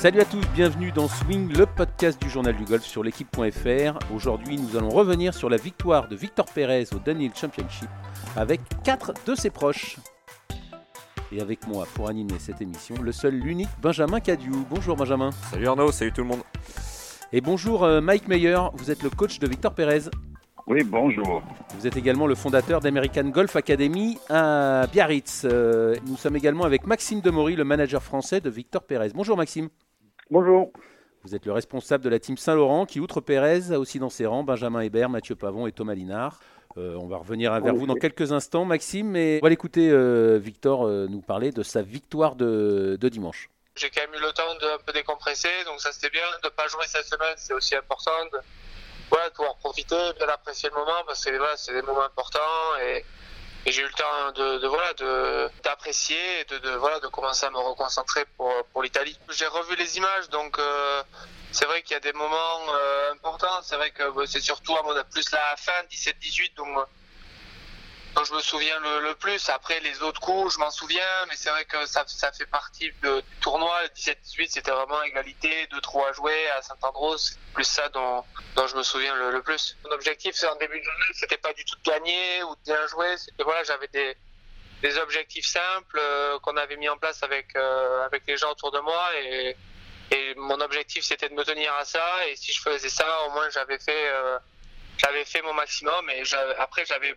Salut à tous, bienvenue dans Swing, le podcast du journal du golf sur l'équipe.fr. Aujourd'hui, nous allons revenir sur la victoire de Victor Pérez au Dunhill Championship avec 4 de ses proches. Et avec moi pour animer cette émission, le seul, l'unique Benjamin Cadieux. Bonjour Benjamin. Salut Arnaud, salut tout le monde. Et bonjour Mike Meyer, vous êtes le coach de Victor Pérez. Oui, bonjour. Vous êtes également le fondateur d'American Golf Academy à Biarritz. Nous sommes également avec Maxime Demory, le manager français de Victor Pérez. Bonjour Maxime. Bonjour. Vous êtes le responsable de la team Saint-Laurent qui, outre Pérez, a aussi dans ses rangs Benjamin Hébert, Mathieu Pavon et Thomas Linard. On va revenir vers vous dans quelques instants, Maxime, mais on va l'écouter Victor nous parler de sa victoire de dimanche. J'ai quand même eu le temps de un peu décompresser, donc ça c'était bien. De ne pas jouer cette semaine, c'est aussi important. De pouvoir profiter, bien apprécier le moment, parce que c'est des moments importants. Et j'ai eu le temps d'apprécier et de commencer à me reconcentrer pour l'Italie. J'ai revu les images, donc c'est vrai qu'il y a des moments importants. C'est vrai que c'est surtout plus la fin, 17-18, donc je me souviens le plus. Après, les autres coups, je m'en souviens, mais c'est vrai que ça fait partie du tournoi. Le 17-18, c'était vraiment égalité, 2-3 à jouer à Saint-Andrews. C'est plus ça dont je me souviens le plus. Mon objectif, c'est en début de journée, c'était pas du tout de gagner ou de bien jouer. J'avais des objectifs simples qu'on avait mis en place avec les gens autour de moi. Et mon objectif, c'était de me tenir à ça. Et si je faisais ça, au moins, j'avais fait mon maximum. Et après, j'avais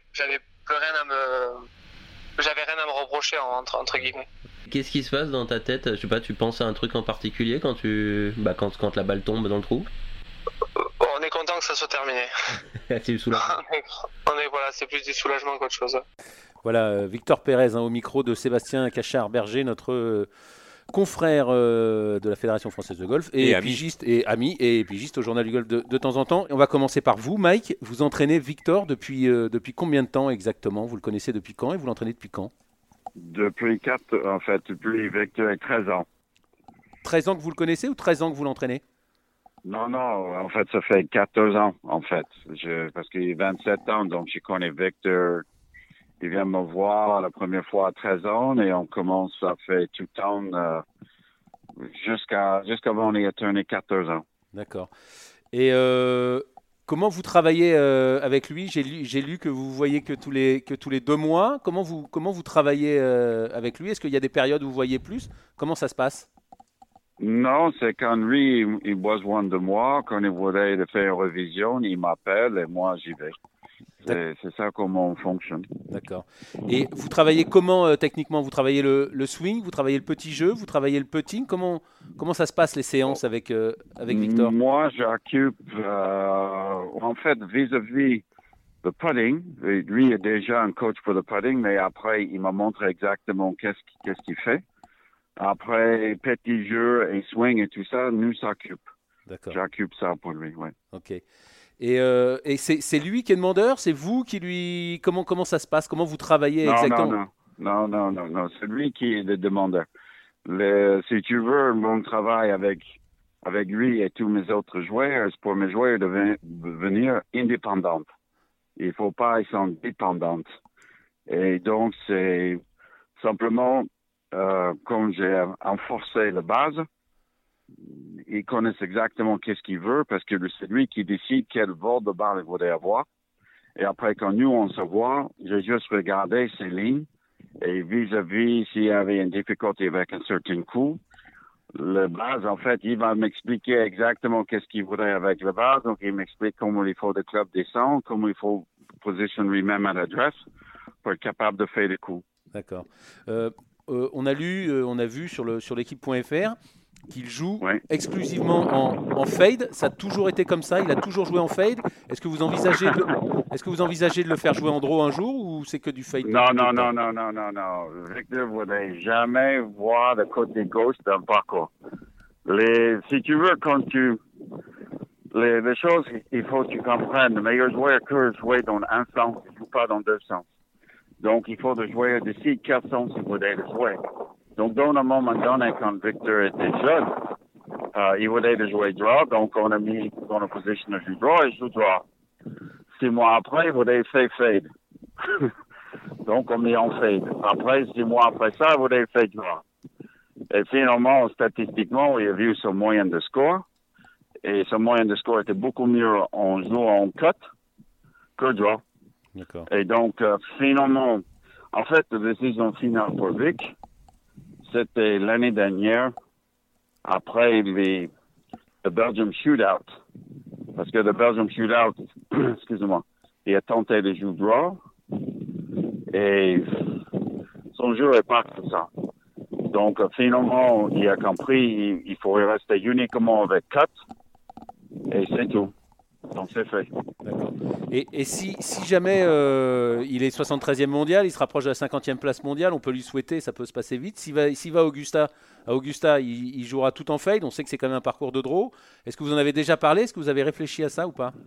rien à me reprocher entre guillemets. Qu'est-ce qui se passe dans ta tête ? Je sais pas, tu penses à un truc en particulier quand la balle tombe dans le trou ? On est content que ça soit terminé. C'est soulagement. C'est plus du soulagement qu'autre chose. Voilà, Victor Pérez au micro de Sébastien Cachard-Berger, notre confrère de la Fédération Française de Golf et pigiste et pigiste au Journal du Golf de temps en temps. Et on va commencer par vous, Mike. Vous entraînez Victor depuis combien de temps exactement ? Vous le connaissez depuis quand et vous l'entraînez depuis quand ? Depuis Victor 13 ans. 13 ans que vous le connaissez ou 13 ans que vous l'entraînez ? Non, en fait, ça fait 14 ans, en fait. Parce qu'il a 27 ans, donc je connais Victor. Il vient me voir la première fois à 13 ans et on commence à faire tout le temps jusqu'avant il a tourné 14 ans. D'accord. Et comment vous travaillez avec lui ? J'ai lu que vous voyez que tous les 2 mois. Comment vous travaillez avec lui ? Est-ce qu'il y a des périodes où vous voyez plus ? Comment ça se passe ? Non, c'est quand lui, il a besoin de moi. Quand il voudrait faire une révision, il m'appelle et moi, j'y vais. C'est ça comment on fonctionne. D'accord. Et vous travaillez comment techniquement ? Vous travaillez le swing, vous travaillez le petit jeu, vous travaillez le putting ? Comment ça se passe les séances avec Victor ? Moi, j'occupe en fait vis-à-vis le putting. Lui est déjà un coach pour le putting, mais après, il m'a montré exactement qu'est-ce qu'il fait. Après, petit jeu et swing et tout ça, nous s'occupe. D'accord. J'occupe ça pour lui, oui. Ok. Et c'est lui qui est demandeur, c'est vous qui lui... Comment ça se passe ? Comment vous travaillez exactement ? Non. C'est lui qui est le demandeur. Si tu veux, mon travail avec lui et tous mes autres joueurs, c'est pour mes joueurs de devenir indépendants. Il ne faut pas qu'ils soient dépendants. Et donc, c'est simplement, comme j'ai renforcé la base, ils connaissent exactement qu'est-ce qu'il veut parce que c'est lui qui décide quel vol de balle il voudrait avoir. Et après, quand nous, on se voit, j'ai juste regardé ses lignes et vis-à-vis s'il y avait une difficulté avec un certain coup, le base, en fait, il va m'expliquer exactement qu'est-ce qu'il voudrait avec le base. Donc, il m'explique comment il faut le club descendre, comment il faut positionner lui-même à l'adresse pour être capable de faire des coups. D'accord. On a vu sur l'équipe.fr qu'il joue exclusivement en fade. Ça a toujours été comme ça. Il a toujours joué en fade. Est-ce que vous envisagez de le faire jouer en draw un jour ou c'est que du fade ? Non. Victor ne voudrait jamais voir le côté gauche d'un parcours. Si tu veux, les choses, il faut que tu comprennes. Le meilleur joueur peut jouer dans un sens, il ne joue pas dans 2 sens. Donc, il faut de jouer décider quel sens il voudrait jouer. Donc, dans un moment donné, quand Victor était jeune, il voulait de jouer draw, donc on a mis dans la position de jouer draw et joue draw. 6 mois après, il voulait faire fade. Donc, on met en fade. Après, 6 mois après ça, il voulait faire draw. Et finalement, statistiquement, il a vu son moyen de score. Et son moyen de score était beaucoup mieux en jouant en cut que draw. D'accord. Et donc, finalement, en fait, la décision finale pour Vic, c'était l'année dernière, après le Belgium Shootout. Parce que le Belgium Shootout, excusez-moi, il a tenté de jouer draw. Et son jeu est pas comme ça. Donc, finalement, il a compris il faut rester uniquement avec cut. Et c'est tout. Donc, c'est fait. D'accord. Et si jamais il est 73e mondial, il se rapproche de la 50e place mondiale, on peut lui souhaiter, ça peut se passer vite. S'il va à Augusta, il jouera tout en fade. On sait que c'est quand même un parcours de draw. Est-ce que vous en avez déjà parlé? Est-ce que vous avez réfléchi à ça ou pas?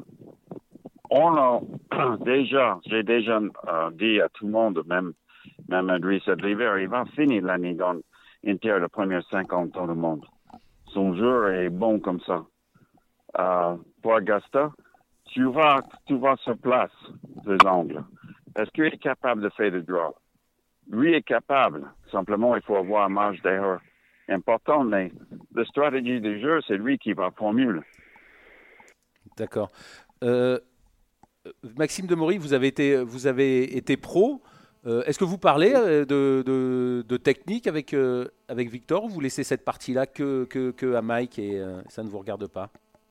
J'ai déjà dit à tout le monde, même Andries Adliver, il va finir l'année dans Inter, le premier 50 dans le monde. Son jeu est bon comme ça. Pour Augusta, tu vas sur place des angles. Est-ce qu'il est capable de faire le draw? Lui est capable. Simplement, il faut avoir un marge d'erreur important, mais la stratégie du jeu, c'est lui qui va formuler. D'accord. Maxime Demory, vous avez été pro. Est-ce que vous parlez de technique avec Victor, ou vous laissez cette partie-là que à Mike et ça ne vous regarde pas?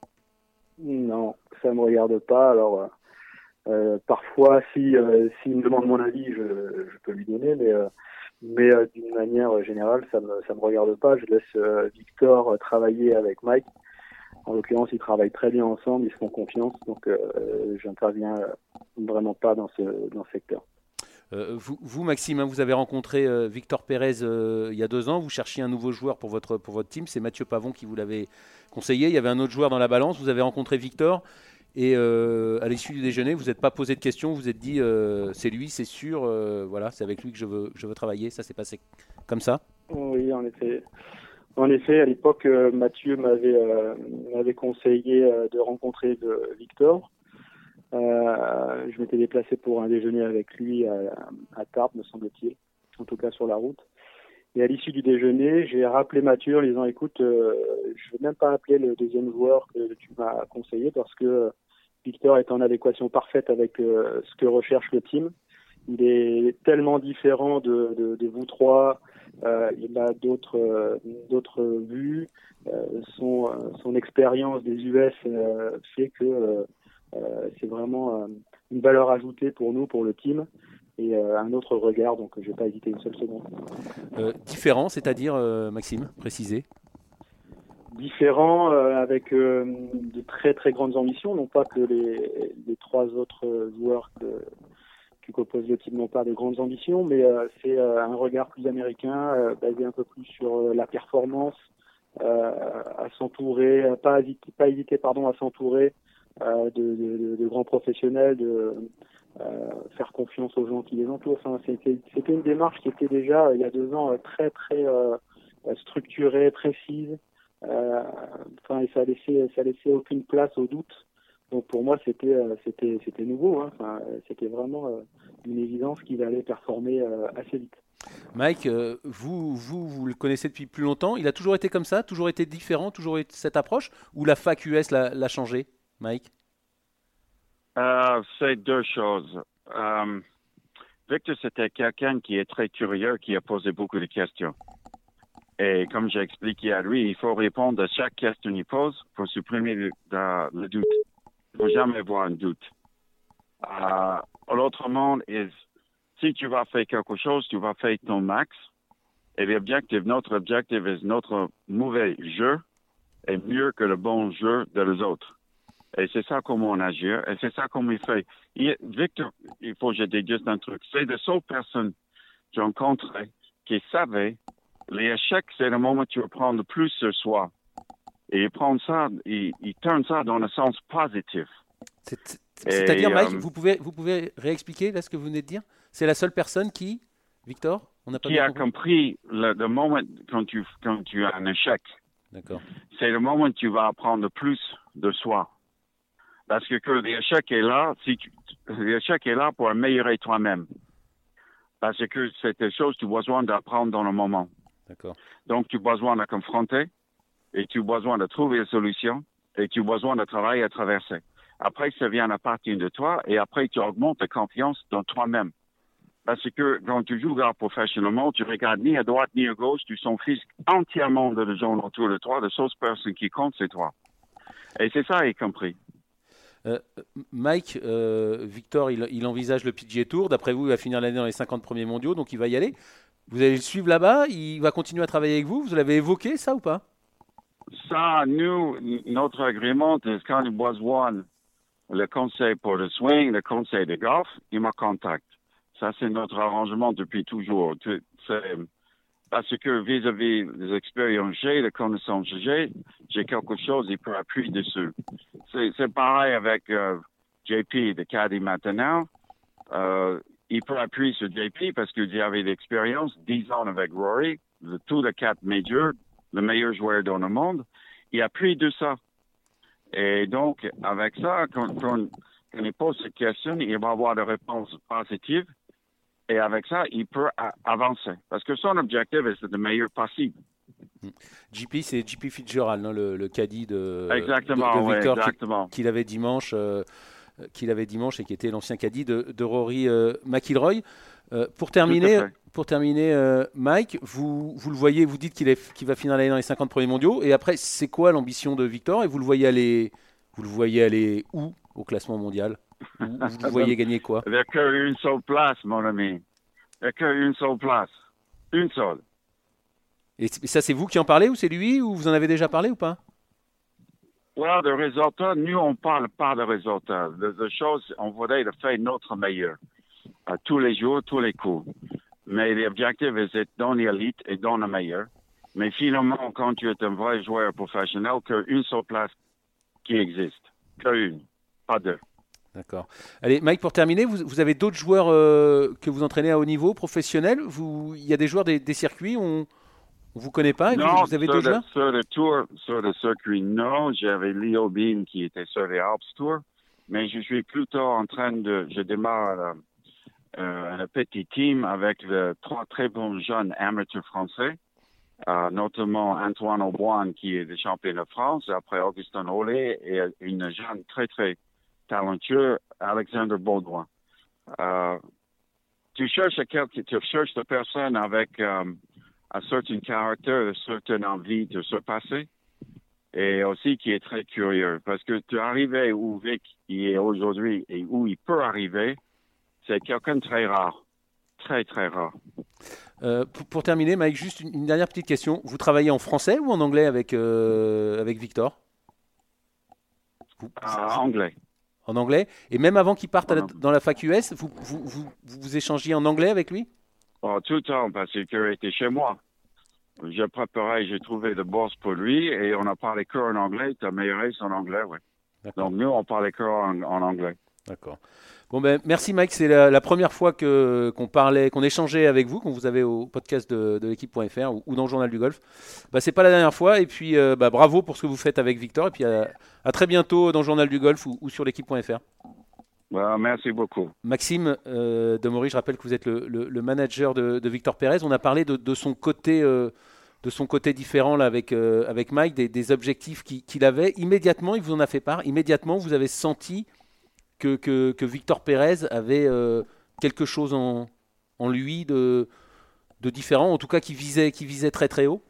Non, ça me regarde pas. Alors, parfois, s'il me demande mon avis, je peux lui donner, mais d'une manière générale, ça me regarde pas. Je laisse Victor travailler avec Mike. En l'occurrence, ils travaillent très bien ensemble, ils se font confiance, donc j'interviens vraiment pas dans ce secteur. Vous, Maxime, vous avez rencontré Victor Pérez il y a 2 ans. Vous cherchiez un nouveau joueur pour votre team. C'est Mathieu Pavon qui vous l'avait conseillé. Il y avait un autre joueur dans la balance. Vous avez rencontré Victor et à l'issue du déjeuner, vous n'êtes pas posé de questions. Vous vous êtes dit c'est lui, c'est sûr. Voilà, c'est avec lui que je veux travailler. Ça s'est passé comme ça? Oui, en effet. En effet, à l'époque, Mathieu m'avait conseillé de rencontrer Victor. Je m'étais déplacé pour un déjeuner avec lui à Tarbes, me semble-t-il, en tout cas sur la route. Et à l'issue du déjeuner, j'ai rappelé Mathieu en lui disant écoute, je ne vais même pas appeler le deuxième joueur que tu m'as conseillé parce que Victor est en adéquation parfaite avec ce que recherche le team. Il est tellement différent de vous trois. Il a d'autres vues. Son expérience des US fait que c'est vraiment une valeur ajoutée pour nous, pour le team, et un autre regard, donc je n'ai pas hésité une seule seconde. Différent, c'est-à-dire, Maxime, précisez. Différent avec de très très grandes ambitions, non pas que les 3 autres joueurs qui composent le team n'ont pas de grandes ambitions, mais c'est un regard plus américain, basé un peu plus sur la performance, à s'entourer, pas hésiter à s'entourer de grands professionnels, de faire confiance aux gens qui les entourent. Enfin, c'était une démarche qui était déjà, il y a 2 ans, très très structurée, précise. Et ça laissait aucune place au doute. Donc pour moi, c'était nouveau. Hein. Enfin, c'était vraiment une évidence qu'il allait performer assez vite. Mike, vous le connaissez depuis plus longtemps. Il a toujours été comme ça, toujours été différent, toujours eu cette approche, ou la fac US l'a changé, Mike? C'est 2 choses. Victor, c'était quelqu'un qui est très curieux, qui a posé beaucoup de questions. Et comme j'ai expliqué à lui, il faut répondre à chaque question qu'il pose pour supprimer le doute. Il ne faut jamais avoir un doute. L'autre monde, si tu vas faire quelque chose, tu vas faire ton max. Et notre objectif, notre mauvais jeu est mieux que le bon jeu des autres. Et c'est ça comment on agit. Et c'est ça comment il fait. Victor, il faut que je dise juste un truc. C'est la seule personne que j'ai rencontrée qui savait les échecs, c'est le moment où tu vas prendre le plus sur soi. Et il prend ça, il tourne ça dans le sens positif. C'est-à-dire, Mike, vous pouvez réexpliquer là ce que vous venez de dire? C'est la seule personne Victor, qui a compris le moment quand tu as un échec. D'accord. C'est le moment où tu vas apprendre le plus de soi. Parce que l'échec est là, l'échec est là pour améliorer toi-même. Parce que c'est quelque chose que tu as besoin d'apprendre dans le moment. D'accord. Donc, tu as besoin de confronter et tu as besoin de trouver une solution et tu as besoin de travailler à traverser. Après, ça vient à partir de toi et après, tu augmentes ta confiance dans toi-même. Parce que quand tu joues professionnellement, tu regardes ni à droite ni à gauche, tu s'en fiches entièrement de les gens autour de toi. La seule personne qui compte, c'est toi. Et c'est ça, y compris. Mike, Victor, il envisage le PGA Tour. D'après vous, il va finir l'année dans les 50 premiers mondiaux, donc il va y aller. Vous allez le suivre là-bas, il va continuer à travailler avec vous. Vous l'avez évoqué, ça, ou pas? Ça, nous, notre agrément, c'est quand il besoin le conseil pour le swing, le conseil de golf, il me contacte. Ça, c'est notre arrangement depuis toujours. Parce que vis-à-vis des expériences que j'ai, des connaissances que j'ai quelque chose, il peut appuyer dessus. C'est pareil avec JP de Caddy maintenant. Il peut appuyer sur JP parce qu'il avait l'expérience, 10 ans avec Rory, tous les 4 majors, le meilleur joueur dans le monde. Il appuie de ça. Et donc, avec ça, quand il pose cette question, il va avoir des réponses positives. Et avec ça, il peut avancer. Parce que son objectif est le meilleur possible. JP, c'est JP Fitzgerald, non, le caddie de Victor, qu'il avait dimanche et qui était l'ancien caddie de Rory McIlroy. Pour terminer, Mike, vous le voyez, vous dites qu'il va finir l'année dans les 50 premiers mondiaux. Et après, c'est quoi l'ambition de Victor? Et vous le voyez aller où au classement mondial? Vous le voyez gagner quoi? Il n'y a qu'une seule place, mon ami. Il n'y a qu'une seule place. Une seule. Et ça, c'est vous qui en parlez ou c'est lui? Ou vous en avez déjà parlé ou pas? Ouais, de résultats, nous, on ne parle pas de résultats. De choses, on voudrait faire notre meilleur. Tous les jours, tous les coups. Mais l'objectif est d'être dans l'élite et dans le meilleur. Mais finalement, quand tu es un vrai joueur professionnel, qu'une seule place qui existe. Qu'une, pas deux. D'accord. Allez, Mike, pour terminer, vous avez d'autres joueurs que vous entraînez à haut niveau, professionnel? Il y a des joueurs des circuits, on ne vous connaît pas? Non, vous avez d'autres joueurs? Sur le circuit, non. J'avais Leo Bean qui était sur les Alps Tour. Mais je suis plutôt en train je démarre un petit team avec 3 très bons jeunes amateurs français, notamment Antoine Auboine qui est le champion de France, après Augustin Olé et une jeune très très talentueux, Alexandre Baudouin. Tu cherches des personnes avec un certain caractère, une certaine envie de se passer, et aussi qui est très curieux. Parce que tu arrives où Vic il est aujourd'hui et où il peut arriver, c'est quelqu'un de très rare. Très, très rare. Pour terminer, Mike, juste une dernière petite question. Vous travaillez en français ou en anglais avec Victor? Anglais. En anglais. Et même avant qu'il parte dans la fac US, vous échangiez en anglais avec lui? Tout le temps, parce qu'il était chez moi. J'ai trouvé de bourse pour lui et on a parlé que en anglais. Tu as amélioré son anglais, oui. Donc nous, on parlait que en anglais. D'accord. Bon ben merci Mike, c'est la première fois qu'on échangeait avec vous, qu'on vous avait au podcast de l'équipe.fr ou dans le journal du golf. C'est pas la dernière fois et puis bravo pour ce que vous faites avec Victor et puis à très bientôt dans le journal du golf ou sur l'équipe.fr. Merci beaucoup. Maxime Demory, je rappelle que vous êtes le manager de Victor Pérez. On a parlé de son côté différent là avec Mike, des objectifs qu'il avait. Immédiatement, il vous en a fait part. Immédiatement, vous avez senti que Victor Pérez avait quelque chose en lui de différent, en tout cas qui visait très très haut?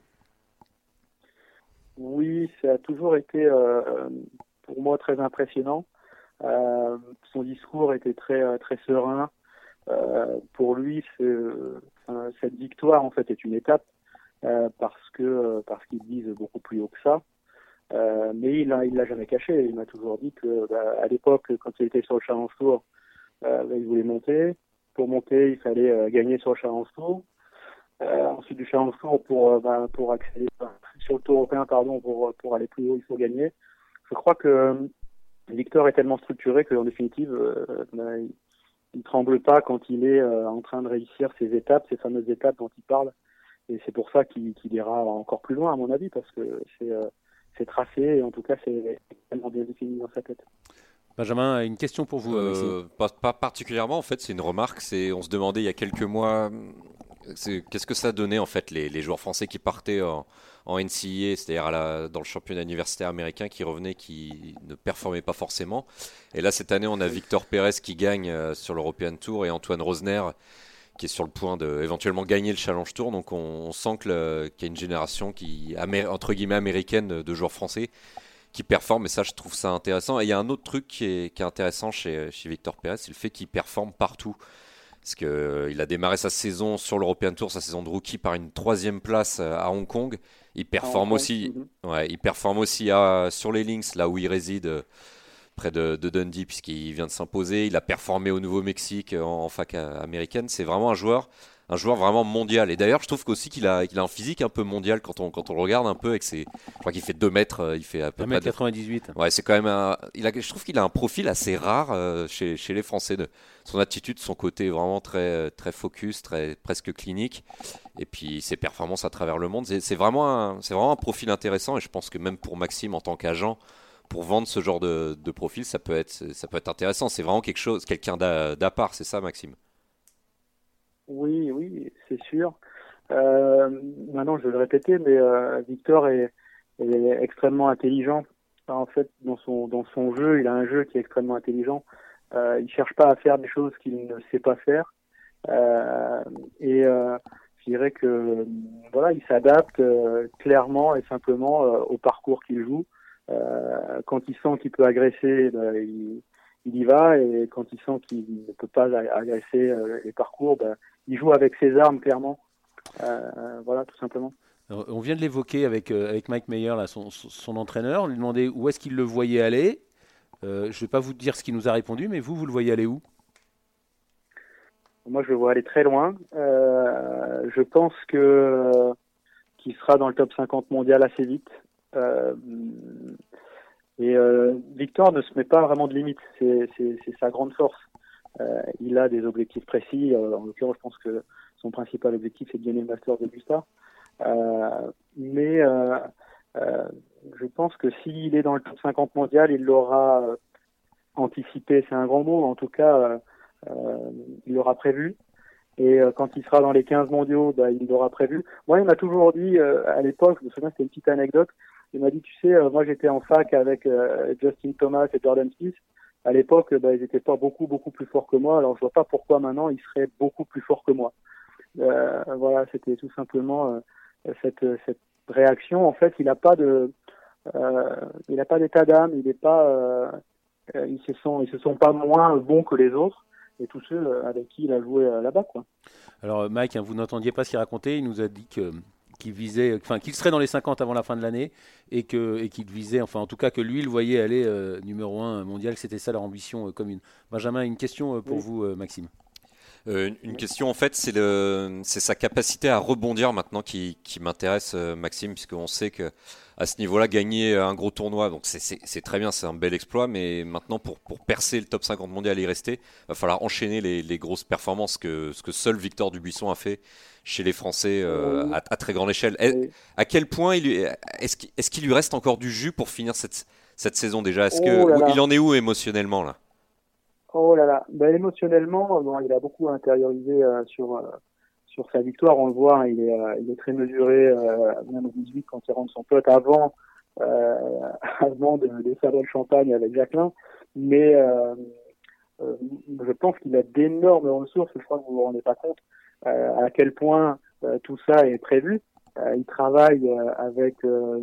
Oui, ça a toujours été pour moi très impressionnant. Son discours était très très serein. Pour lui, cette victoire en fait est une étape parce qu'il vise beaucoup plus haut que ça. Mais il l'a jamais caché. Il m'a toujours dit que à l'époque, quand il était sur le Challenge Tour, il voulait monter. Pour monter, il fallait gagner sur le Challenge Tour. Ensuite du Challenge Tour, pour accéder sur le Tour européen, pour aller plus haut, il faut gagner. Je crois que Victor est tellement structuré qu'en définitive, il ne tremble pas quand il est en train de réussir ces fameuses étapes dont il parle. Et c'est pour ça qu'il ira encore plus loin, à mon avis, parce que c'est tracé et en tout cas c'est tellement bien défini dans sa tête. Benjamin, une question pour vous. Pas particulièrement, en fait, c'est une remarque. On se demandait il y a quelques mois Qu'est-ce que ça donnait en fait les joueurs français qui partaient en NCAA, c'est-à-dire dans le championnat universitaire américain, qui revenaient, qui ne performaient pas forcément. Et là cette année on a Victor Pérez qui gagne sur l'European Tour et Antoine Rosner qui est sur le point de éventuellement gagner le Challenge Tour. Donc on sent qu'il y a une génération entre guillemets américaine de joueurs français qui performent, et ça je trouve ça intéressant. Et il y a un autre truc qui est intéressant chez Victor Pérez, c'est le fait qu'il performe partout. Parce qu'il a démarré sa saison sur l'European Tour, sa saison de rookie, par une 3e place à Hong Kong. Il performe aussi, sur les links, là où il réside, près de Dundee, puisqu'il vient de s'imposer. Il a performé au Nouveau-Mexique en fac américaine. C'est vraiment un joueur vraiment mondial. Et d'ailleurs, je trouve aussi qu'il a un physique un peu mondial quand on le regarde un peu. Je crois qu'il fait 2 mètres, il fait à peu près 1m98. Ouais, c'est quand même je trouve qu'il a un profil assez rare chez les Français. Son attitude, son côté vraiment très, très focus, presque clinique. Et puis ses performances à travers le monde. C'est vraiment un profil intéressant. Et je pense que même pour Maxime en tant qu'agent, pour vendre ce genre de profil, ça peut être intéressant. C'est vraiment quelqu'un d'à part, c'est ça, Maxime? Oui, c'est sûr. Maintenant, je vais le répéter, mais Victor est extrêmement intelligent. Enfin, en fait, dans son jeu, il a un jeu qui est extrêmement intelligent. Il cherche pas à faire des choses qu'il ne sait pas faire. Je dirais que voilà, il s'adapte clairement et simplement au parcours qu'il joue. Quand il sent qu'il peut agresser, il y va, et quand il sent qu'il ne peut pas agresser les parcours, il joue avec ses armes clairement. Voilà, tout simplement. Alors, on vient de l'évoquer avec Mike Meyer, là, son entraîneur. On lui demandait où est-ce qu'il le voyait aller. Je ne vais pas vous dire ce qu'il nous a répondu, mais vous le voyez aller où? Moi, je le vois aller très loin. Je pense qu'il sera dans le top 50 mondial assez vite. Victor ne se met pas vraiment de limites. C'est sa grande force. Il a des objectifs précis. En l'occurrence, je pense que son principal objectif, c'est de gagner le Masters d'Augusta. Je pense que s'il est dans le top 50 mondial, il l'aura anticipé. C'est un grand mot. En tout cas, il l'aura prévu. Et quand il sera dans les 15 mondiaux, il l'aura prévu. Moi, il m'a toujours dit, à l'époque, je me souviens, c'était une petite anecdote, il m'a dit, tu sais, moi j'étais en fac avec Justin Thomas et Jordan Smith. À l'époque, ils étaient pas beaucoup plus forts que moi. Alors je vois pas pourquoi maintenant ils seraient beaucoup plus forts que moi. Voilà, c'était tout simplement cette réaction. En fait, il n'a pas d'état d'âme. Ils se sont pas moins bons que les autres et tous ceux avec qui il a joué là-bas, quoi. Alors Mike, vous n'entendiez pas ce qu'il racontait. Il nous a dit qu'il serait dans les 50 avant la fin de l'année et qu'il visait, enfin en tout cas que lui il voyait aller numéro 1 mondial, que c'était ça leur ambition commune. Benjamin, une question pour vous, Maxime. Une question en fait, c'est sa capacité à rebondir maintenant qui m'intéresse, Maxime, puisqu'on sait que à ce niveau-là, gagner un gros tournoi, donc c'est très bien, c'est un bel exploit, mais maintenant pour percer le top 50 mondial et y rester, va falloir enchaîner les grosses performances, ce que seul Victor Dubuisson a fait chez les Français à très grande échelle. À quel point est-ce qu'il lui reste encore du jus pour finir cette saison déjà? Il en est où émotionnellement là? Oh là là, émotionnellement, il a beaucoup intériorisé sur sa victoire. On le voit, il est très mesuré, même au 18 quand il rentre son pote avant de faire le champagne avec Jacqueline. Mais je pense qu'il a d'énormes ressources. Je crois que vous vous rendez pas compte à quel point tout ça est prévu. Il travaille avec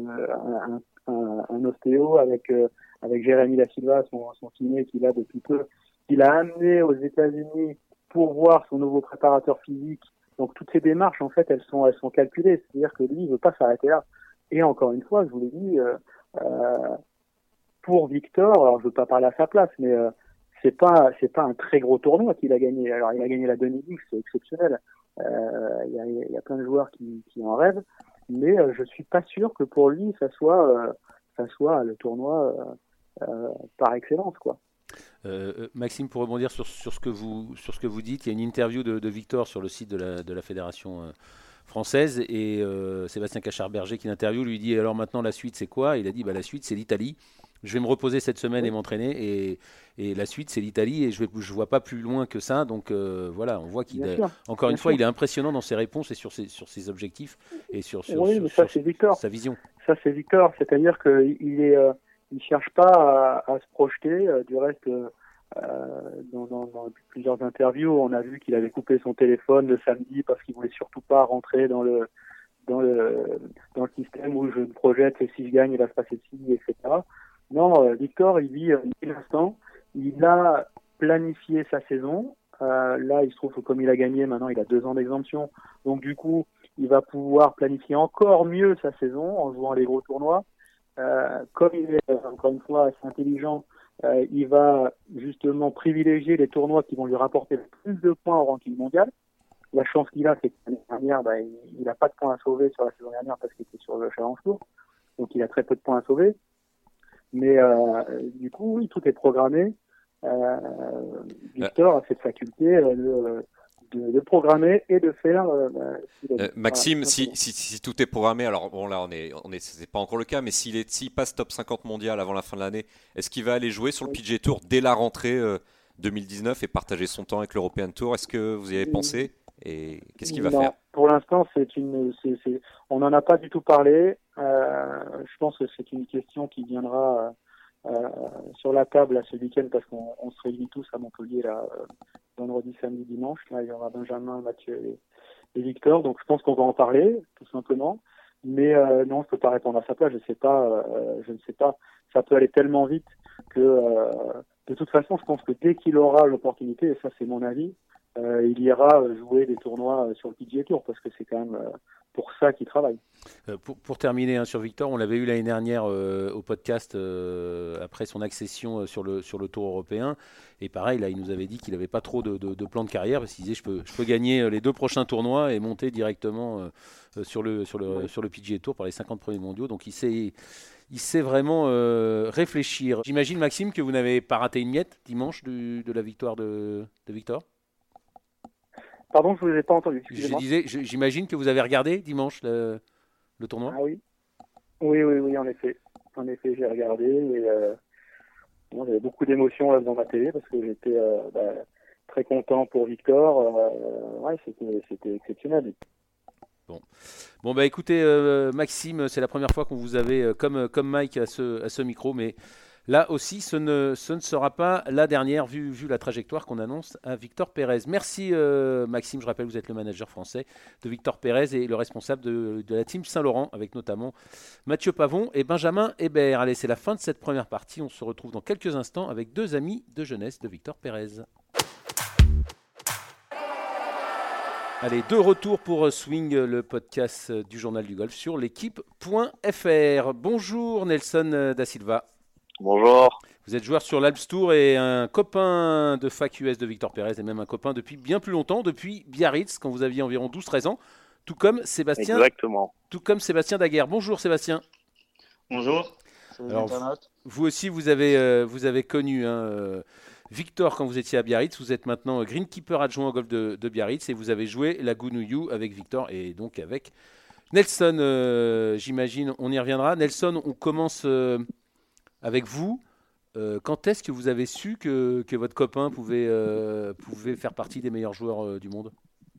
un ostéo, avec Jérémy Da Silva, son kiné qu'il a depuis peu. Il a amené aux États-Unis pour voir son nouveau préparateur physique. Donc toutes ces démarches, en fait, elles sont calculées. C'est-à-dire que lui, il veut pas s'arrêter là. Et encore une fois, je vous l'ai dit, pour Victor, alors je veux pas parler à sa place, mais c'est pas un très gros tournoi qu'il a gagné. Alors il a gagné la Dundee Links, c'est exceptionnel. Il y a plein de joueurs qui en rêvent, mais je suis pas sûr que pour lui ça soit le tournoi par excellence, quoi. Maxime, pour rebondir sur ce que vous dites, il y a une interview de Victor sur le site de la fédération française. Et Sébastien Cachard-Berger qui l'interviewe lui dit alors maintenant la suite c'est quoi? Il a dit la suite c'est l'Italie. Je vais me reposer cette semaine et m'entraîner et la suite c'est l'Italie et je vois pas plus loin que ça. Donc voilà, on voit qu'il encore une fois il est impressionnant dans ses réponses et sur ses objectifs et sur sa vision. Ça c'est Victor, c'est-à-dire qu'il cherche pas à se projeter. Du reste, dans plusieurs interviews, on a vu qu'il avait coupé son téléphone le samedi parce qu'il voulait surtout pas rentrer dans le système où je me projette et si je gagne il va se passer ci, etc. Non, Victor, il vit l'instant. Il a planifié sa saison. Là, il se trouve que comme il a gagné, maintenant, il a 2 ans d'exemption. Donc, du coup, il va pouvoir planifier encore mieux sa saison en jouant les gros tournois. Comme il est, encore une fois, assez intelligent, il va justement privilégier les tournois qui vont lui rapporter le plus de points au ranking mondial. La chance qu'il a, c'est que l'année dernière, il n'a pas de points à sauver sur la saison dernière parce qu'il était sur le Challenge Tour. Donc, il a très peu de points à sauver. Mais du coup, oui, tout est programmé. Victor a cette faculté de programmer et de faire. Maxime, si tout est programmé, alors bon là, c'est pas encore le cas, mais s'il passe top 50 mondial avant la fin de l'année, est-ce qu'il va aller jouer sur le PGA Tour dès la rentrée 2019 et partager son temps avec l'European Tour? Est-ce que vous y avez pensé et qu'est-ce qu'il va faire? Pour l'instant, on n'en a pas du tout parlé. Je pense que c'est une question qui viendra sur la table ce week-end parce qu'on se réunit tous à Montpellier là, vendredi, samedi, dimanche. Là, il y aura Benjamin, Mathieu et Victor. Donc, je pense qu'on va en parler, tout simplement. Mais non, je ne peux pas répondre à sa place. Je ne sais pas. Ça peut aller tellement vite que, de toute façon, je pense que dès qu'il aura l'opportunité, et ça, c'est mon avis, il ira jouer des tournois sur le PGA Tour parce que c'est quand même pour ça qu'il travaille. Pour terminer sur Victor, on l'avait eu l'année dernière au podcast après son accession sur le Tour européen et pareil là il nous avait dit qu'il n'avait pas trop de plan de carrière parce qu'il disait je peux gagner les 2 prochains tournois et monter directement sur le PGA Tour par les 50 premiers mondiaux, donc il sait vraiment réfléchir. J'imagine Maxime que vous n'avez pas raté une miette dimanche de la victoire de Victor. Pardon, je ne vous ai pas entendu. Je disais, j'imagine que vous avez regardé dimanche le tournoi. Ah oui. Oui, en effet. En effet, j'ai regardé et j'avais beaucoup d'émotions là devant ma télé parce que j'étais très content pour Victor. Ouais, c'était exceptionnel. Bon écoutez, Maxime, c'est la première fois qu'on vous avait comme Mike à ce micro, mais là aussi, ce ne sera pas la dernière, vu la trajectoire qu'on annonce à Victor Pérez. Merci Maxime, je rappelle, vous êtes le manager français de Victor Pérez et le responsable de la team Saint-Laurent, avec notamment Mathieu Pavon et Benjamin Hébert. Allez, c'est la fin de cette première partie. On se retrouve dans quelques instants avec 2 amis de jeunesse de Victor Pérez. Allez, de retour pour Swing, le podcast du Journal du Golf sur l'équipe.fr. Bonjour Nelson Da Silva. Bonjour. Vous êtes joueur sur l'Alps Tour et un copain de fac US de Victor Pérez et même un copain depuis bien plus longtemps, depuis Biarritz, quand vous aviez environ 12-13 ans, tout comme Sébastien. Exactement. Tout comme Sébastien Daguerre. Bonjour Sébastien. Bonjour. Alors, vous aussi, vous avez connu Victor quand vous étiez à Biarritz. Vous êtes maintenant greenkeeper adjoint au golf de Biarritz et vous avez joué la Gounouillou avec Victor et donc avec Nelson. J'imagine, on y reviendra. Nelson, on commence avec vous. Quand est-ce que vous avez su que votre copain pouvait faire partie des meilleurs joueurs du monde?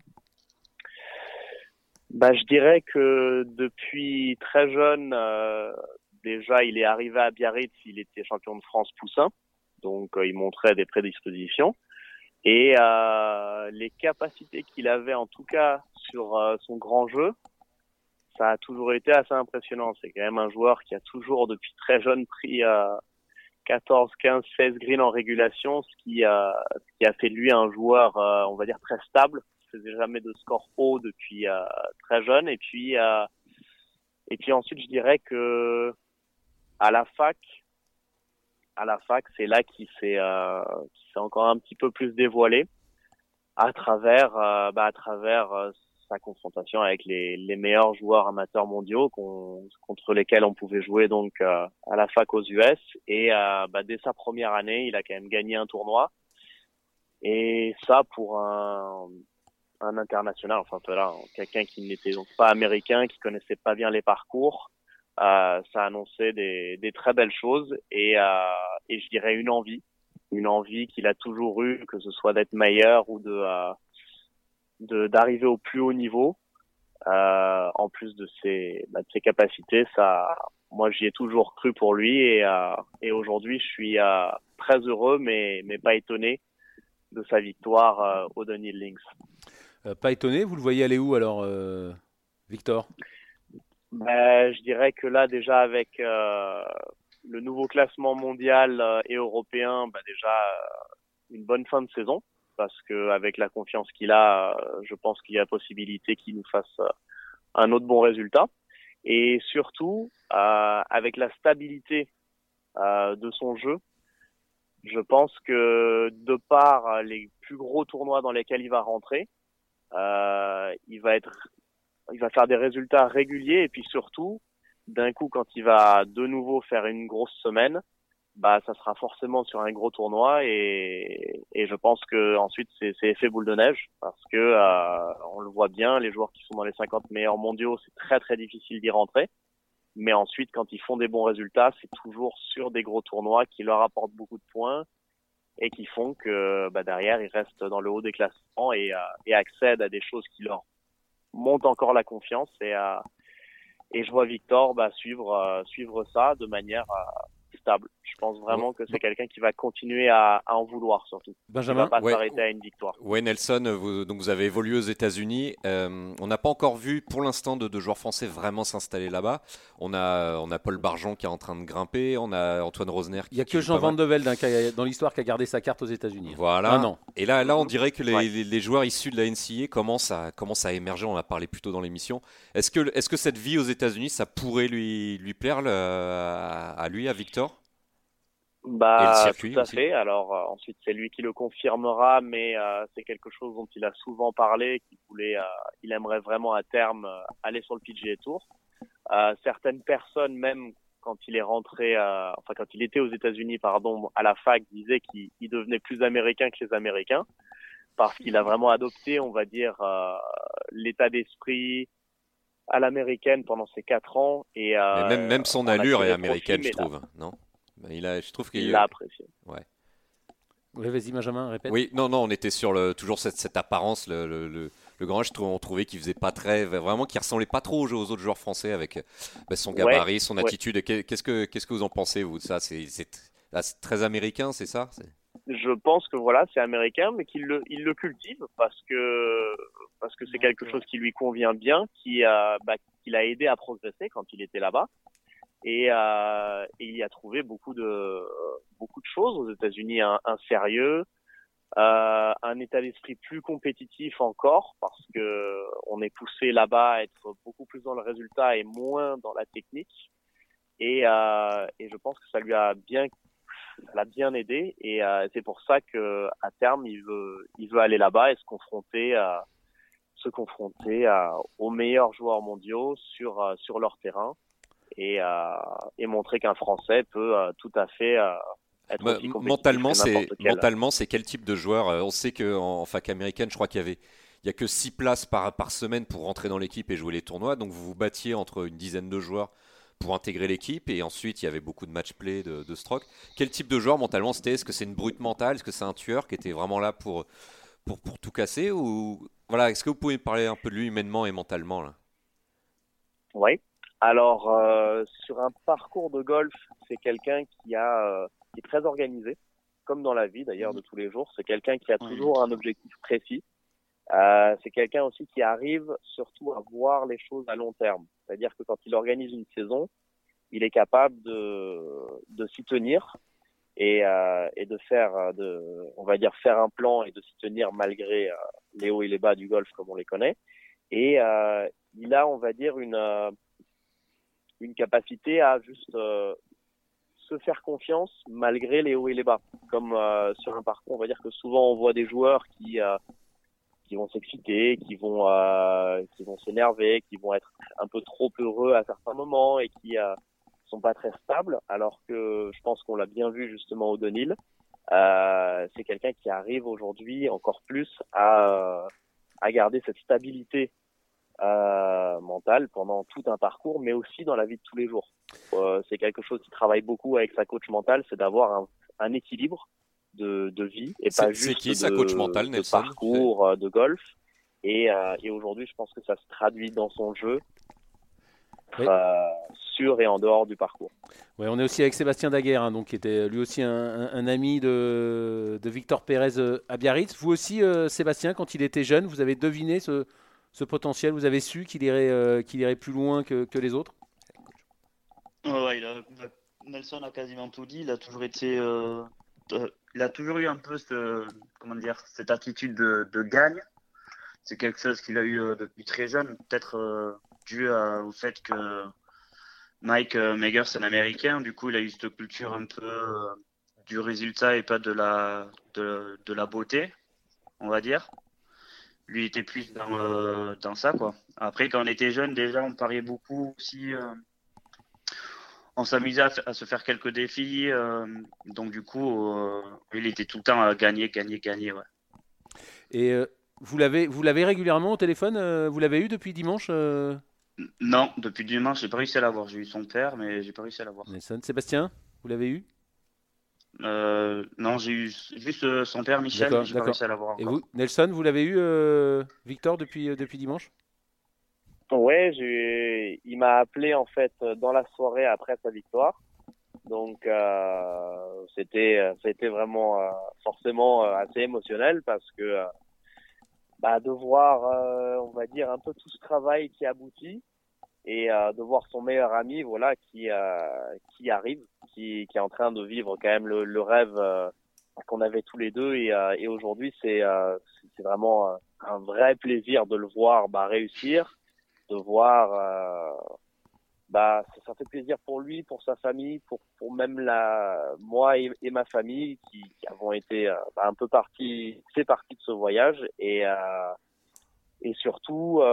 Je dirais que depuis très jeune, déjà il est arrivé à Biarritz, il était champion de France poussin, donc il montrait des prédispositions. Et les capacités qu'il avait en tout cas sur son grand jeu, ça a toujours été assez impressionnant. C'est quand même un joueur qui a toujours depuis très jeune pris 14, 15, 16 greens en régulation, ce qui a fait de lui un joueur, on va dire, très stable. Il faisait jamais de score haut depuis très jeune. Et puis ensuite, je dirais que à la fac, c'est là qu'il s'est encore un petit peu plus dévoilé à travers sa confrontation avec les meilleurs joueurs amateurs mondiaux contre lesquels on pouvait jouer donc à la fac aux US. Et dès sa première année, il a quand même gagné un tournoi. Et ça, pour un un international, enfin voilà, quelqu'un qui n'était donc pas américain, qui connaissait pas bien les parcours. Ça annonçait des très belles choses et je dirais une envie qu'il a toujours eue, que ce soit d'être meilleur ou d'arriver au plus haut niveau. En plus de ses capacités, ça, moi j'y ai toujours cru pour lui et aujourd'hui je suis très heureux mais pas étonné de sa victoire au O'Donnell Links. Pas étonné, vous le voyez aller où alors, Victor? Je dirais que là déjà avec le nouveau classement mondial et européen, déjà une bonne fin de saison, parce que avec la confiance qu'il a, je pense qu'il y a possibilité qu'il nous fasse un autre bon résultat. Et surtout, avec la stabilité de son jeu, je pense que de par les plus gros tournois dans lesquels il va rentrer, il va faire des résultats réguliers et puis surtout, d'un coup, quand il va de nouveau faire une grosse semaine, ça sera forcément sur un gros tournoi et je pense que ensuite c'est effet boule de neige parce que on le voit bien, les joueurs qui sont dans les 50 meilleurs mondiaux, c'est très très difficile d'y rentrer. Mais ensuite, quand ils font des bons résultats, c'est toujours sur des gros tournois qui leur apportent beaucoup de points et qui font que derrière ils restent dans le haut des classements et accèdent à des choses qui leur montent encore la confiance et je vois Victor suivre ça de manière stable. Je pense vraiment que c'est quelqu'un qui va continuer à en vouloir surtout. Benjamin, il va pas s'arrêter à une victoire. Ouais, Nelson, vous avez évolué aux États-Unis. On n'a pas encore vu pour l'instant de joueurs français vraiment s'installer là-bas. On a Paul Barjon qui est en train de grimper. On a Antoine Rosner. Il n'y a que Jean Van de Velde dans l'histoire qui a gardé sa carte aux États-Unis. Voilà. Et là, on dirait que les joueurs issus de la NCAA commencent à émerger. On en a parlé plus tôt dans l'émission. Est-ce que cette vie aux États-Unis, ça pourrait lui plaire à lui, à Victor? Tout à fait. Alors ensuite c'est lui qui le confirmera, mais c'est quelque chose dont il a souvent parlé, il aimerait vraiment à terme aller sur le PGA Tour. Certaines personnes, même quand il est rentré, quand il était aux États-Unis, à la fac, disaient qu'il devenait plus américain que les Américains, parce qu'il a vraiment adopté, on va dire, l'état d'esprit à l'américaine pendant ces 4 ans. Et mais même son allure est américaine, je trouve, non? Je trouve qu'il l'a apprécié. Ouais. Oui, vas-y Benjamin, répète. Oui, non, on était sur toujours cette apparence, le grand âge. On trouvait qu'il faisait pas vraiment qu'il ressemblait pas trop aux autres joueurs français avec son gabarit, son attitude. Qu'est-ce que vous en pensez, vous, de ça? C'est très américain, c'est ça? Je pense que c'est américain, mais qu'il le cultive parce que c'est quelque chose qui lui convient bien, qui l'a aidé à progresser quand il était là-bas. Et il y a trouvé beaucoup de choses aux États-Unis, un sérieux, un état d'esprit plus compétitif encore, parce que on est poussé là-bas à être beaucoup plus dans le résultat et moins dans la technique. Et je pense que ça l'a bien aidé. Et c'est pour ça que à terme il veut aller là-bas et se confronter aux meilleurs joueurs mondiaux sur leur terrain. Et montrer qu'un Français peut tout à fait être aussi compétitif mentalement, c'est quel type de joueur? On sait qu'en fac américaine, je crois il y a que 6 places par semaine pour rentrer dans l'équipe et jouer les tournois. Donc vous vous battiez entre une dizaine de joueurs pour intégrer l'équipe. Et ensuite, il y avait beaucoup de match-play, de stroke. Quel type de joueur mentalement c'était? Est-ce que c'est une brute mentale? Est-ce que c'est un tueur qui était vraiment là pour tout casser? Ou voilà, est-ce que vous pouvez me parler un peu de lui humainement et mentalement là? Oui. Alors, sur un parcours de golf, c'est quelqu'un qui est très organisé, comme dans la vie d'ailleurs de tous les jours. C'est quelqu'un qui a toujours un objectif précis. C'est quelqu'un aussi qui arrive surtout à voir les choses à long terme. C'est-à-dire que quand il organise une saison, il est capable de s'y tenir et de faire un plan et de s'y tenir malgré les hauts et les bas du golf comme on les connaît. Et il a, on va dire, une capacité à juste se faire confiance malgré les hauts et les bas. Comme sur un parcours, on va dire que souvent on voit des joueurs qui vont s'exciter, qui vont s'énerver, qui vont être un peu trop heureux à certains moments et qui sont pas très stables, alors que je pense qu'on l'a bien vu justement au O'Donnell. C'est quelqu'un qui arrive aujourd'hui encore plus à à garder cette stabilité mentale pendant tout un parcours, mais aussi dans la vie de tous les jours. C'est quelque chose qui travaille beaucoup avec sa coach mentale, c'est d'avoir un équilibre de vie et pas juste qui, sa coach mentale, de parcours de golf. Et aujourd'hui, je pense que ça se traduit dans son jeu, sur et en dehors du parcours. Ouais, on est aussi avec Sébastien Daguerre, hein, donc, qui était lui aussi un ami de Victor Pérez à Biarritz. Vous aussi, Sébastien, quand il était jeune, vous avez deviné ce potentiel, vous avez su qu'il irait plus loin que les autres? Ouais, Nelson a quasiment tout dit. Il a toujours été, il a toujours eu un peu cette attitude de gagne. C'est quelque chose qu'il a eu depuis très jeune, peut-être dû au fait que Mike Meagher, c'est un Américain. Du coup, il a eu cette culture un peu du résultat et pas de la beauté, on va dire. Lui il était plus dans ça, quoi. Après, quand on était jeune, déjà, on pariait beaucoup aussi. On s'amusait à se faire quelques défis. Donc, du coup, il était tout le temps à gagner, ouais. Et vous l'avez régulièrement au téléphone? Vous l'avez eu depuis dimanche? Non, depuis dimanche, j'ai pas réussi à l'avoir. J'ai eu son père, mais j'ai pas réussi à l'avoir. Nelson, Sébastien, vous l'avez eu? Non, j'ai eu juste son père, Michel, mais j'ai pas réussi à l'avoir encore. Et vous, Nelson, vous l'avez eu, Victor, depuis dimanche? Ouais, il m'a appelé en fait dans la soirée après sa victoire. Donc c'était vraiment forcément assez émotionnel parce que de voir on va dire un peu tout ce travail qui aboutit et de voir son meilleur ami qui arrive, qui est en train de vivre quand même le rêve qu'on avait tous les deux et aujourd'hui c'est vraiment un vrai plaisir de le voir réussir, de voir ça fait plaisir pour lui, pour sa famille, pour même moi et ma famille qui avons été un peu partie de ce voyage et surtout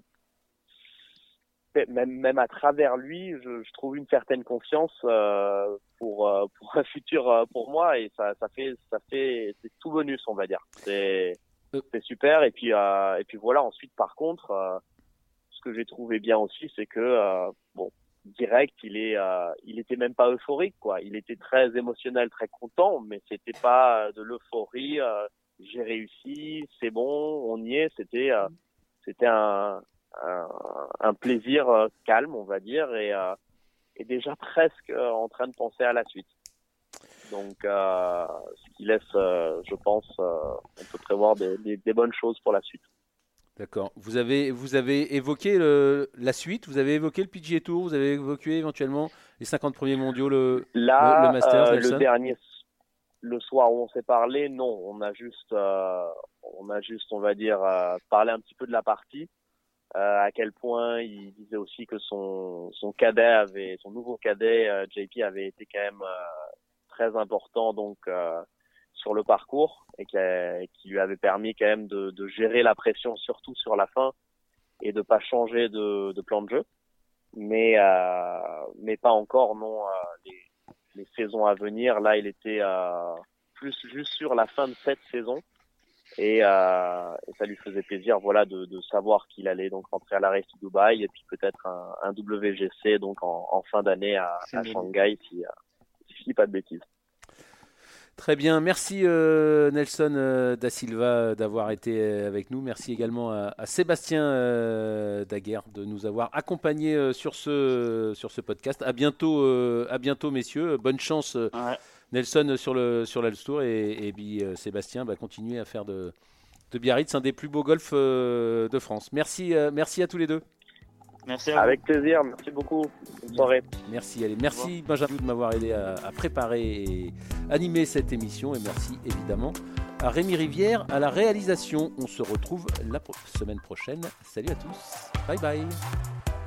même à travers lui, je trouve une certaine confiance pour un futur pour moi et ça fait c'est tout bonus, on va dire. C'est super et puis voilà. Ensuite, par contre, ce que j'ai trouvé bien aussi, c'est que direct, il était même pas euphorique, quoi. Il était très émotionnel, très content, mais c'était pas de l'euphorie. J'ai réussi, c'est bon, on y est. C'était un plaisir calme, on va dire, et déjà presque en train de penser à la suite. Donc, ce qui laisse, je pense, on peut prévoir des bonnes choses pour la suite. D'accord. Vous avez évoqué la suite, vous avez évoqué le PGA Tour, vous avez évoqué éventuellement les 50 premiers mondiaux, le Masters, le dernier, le soir où on s'est parlé, non, on a juste, on va dire, parlé un petit peu de la partie, à quel point il disait aussi que son nouveau cadet, JP, avait été quand même très important, donc sur le parcours et qui lui avait permis quand même de gérer la pression surtout sur la fin et de pas changer de plan de jeu, mais pas encore les saisons à venir. Là, il était plus juste sur la fin de cette saison et ça lui faisait plaisir de savoir qu'il allait donc rentrer à la Race to Dubaï et puis peut-être un WGC donc en fin d'année à Shanghai si je dis pas de bêtises. Très bien, merci Nelson da Silva d'avoir été avec nous. Merci également à Sébastien Daguerre de nous avoir accompagnés sur ce podcast. À bientôt messieurs. Bonne chance Nelson sur l'Alps Tour et puis Sébastien continuez à faire de Biarritz un des plus beaux golfs de France. Merci à tous les deux. Merci à vous. Avec plaisir, merci beaucoup. Bonne soirée. Merci, merci Benjamin de m'avoir aidé à préparer et animer cette émission et merci évidemment à Rémi Rivière à la réalisation. On se retrouve la semaine prochaine. Salut à tous. Bye bye.